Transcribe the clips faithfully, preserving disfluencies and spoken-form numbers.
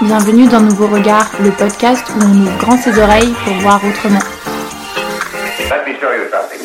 Bienvenue dans Nouveau Regard, le podcast où on ouvre grand ses oreilles pour voir autrement. Let me show you something.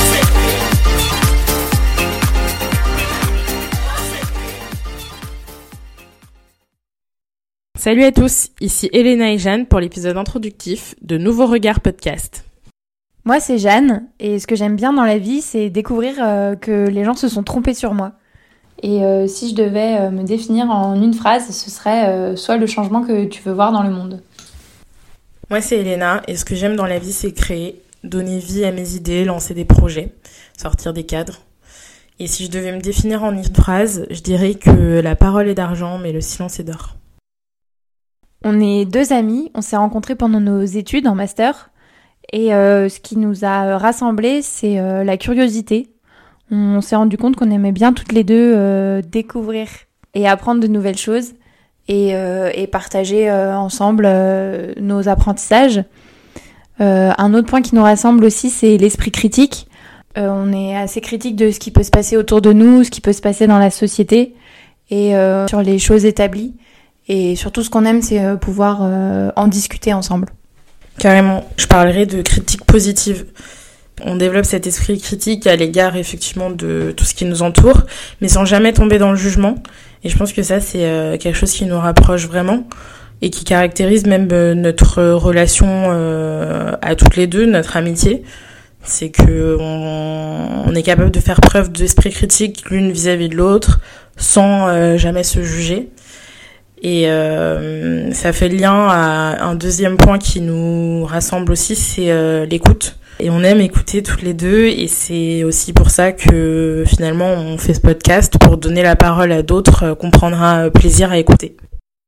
Salut à tous, ici Elena et Jeanne pour l'épisode introductif de Nouveau Regard podcast. Moi c'est Jeanne, et ce que j'aime bien dans la vie, c'est découvrir euh, que les gens se sont trompés sur moi. Et euh, si je devais euh, me définir en une phrase, ce serait euh, soit le changement que tu veux voir dans le monde. Moi c'est Elena, et ce que j'aime dans la vie c'est créer, donner vie à mes idées, lancer des projets, sortir des cadres. Et si je devais me définir en une phrase, je dirais que la parole est d'argent, mais le silence est d'or. On est deux amies, on s'est rencontrés pendant nos études en master, et euh, ce qui nous a rassemblés, c'est euh, la curiosité. On s'est rendu compte qu'on aimait bien toutes les deux euh, découvrir et apprendre de nouvelles choses et, euh, et partager euh, ensemble euh, nos apprentissages. Euh, un autre point qui nous rassemble aussi, c'est l'esprit critique. Euh, on est assez critique de ce qui peut se passer autour de nous, ce qui peut se passer dans la société et euh, sur les choses établies. Et surtout, ce qu'on aime, c'est euh, pouvoir euh, en discuter ensemble. Carrément, je parlerai de critique positive. On développe cet esprit critique à l'égard effectivement de tout ce qui nous entoure, mais sans jamais tomber dans le jugement. Et je pense que ça, c'est euh, quelque chose qui nous rapproche vraiment et qui caractérise même euh, notre relation euh, à toutes les deux, notre amitié. C'est que on, on est capable de faire preuve d'esprit critique l'une vis-à-vis de l'autre sans euh, jamais se juger. Et euh, ça fait le lien à un deuxième point qui nous rassemble aussi, c'est euh, l'écoute. Et on aime écouter toutes les deux et c'est aussi pour ça que finalement on fait ce podcast, pour donner la parole à d'autres qu'on prendra plaisir à écouter.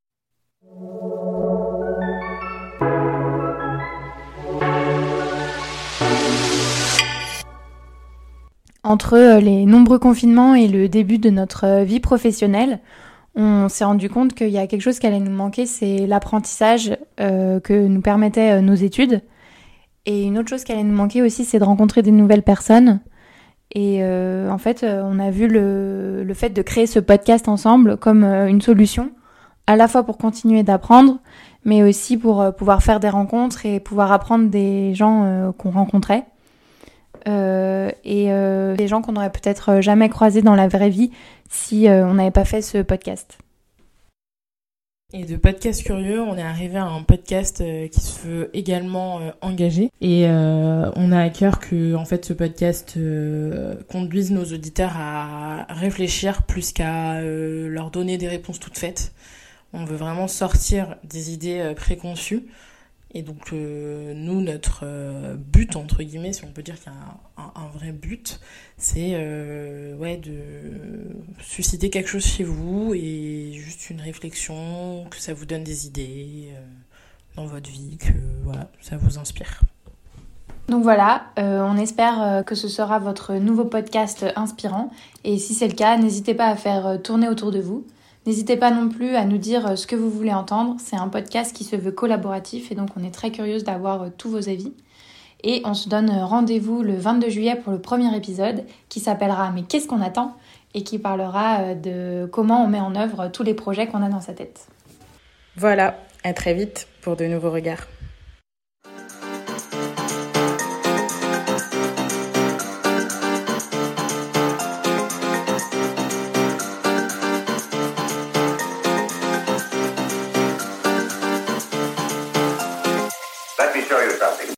Entre les nombreux confinements et le début de notre vie professionnelle, on s'est rendu compte qu'il y a quelque chose qui allait nous manquer, c'est l'apprentissage euh, que nous permettaient euh, nos études. Et une autre chose qui allait nous manquer aussi, c'est de rencontrer des nouvelles personnes. Et euh, en fait, euh, on a vu le, le fait de créer ce podcast ensemble comme euh, une solution, à la fois pour continuer d'apprendre, mais aussi pour euh, pouvoir faire des rencontres et pouvoir apprendre des gens euh, qu'on rencontrait. Euh, et euh, des gens qu'on n'aurait peut-être jamais croisés dans la vraie vie si euh, on n'avait pas fait ce podcast. Et de podcast curieux, on est arrivé à un podcast euh, qui se veut également euh, engagé. Et euh, on a à cœur que en fait, ce podcast euh, conduise nos auditeurs à réfléchir plus qu'à euh, leur donner des réponses toutes faites. On veut vraiment sortir des idées euh, préconçues. Et donc, euh, nous, notre euh, but, entre guillemets, si on peut dire qu'il y a un, un, un vrai but, c'est euh, ouais, de susciter quelque chose chez vous et juste une réflexion, que ça vous donne des idées euh, dans votre vie, que voilà, ça vous inspire. Donc voilà, euh, on espère euh, que ce sera votre nouveau podcast inspirant. Et si c'est le cas, n'hésitez pas à faire euh, tourner autour de vous. N'hésitez pas non plus à nous dire ce que vous voulez entendre. C'est un podcast qui se veut collaboratif et donc on est très curieuse d'avoir tous vos avis. Et on se donne rendez-vous le vingt-deux juillet pour le premier épisode qui s'appellera « Mais qu'est-ce qu'on attend ?» et qui parlera de comment on met en œuvre tous les projets qu'on a dans sa tête. Voilà, à très vite pour de nouveaux regards. Let me show you something.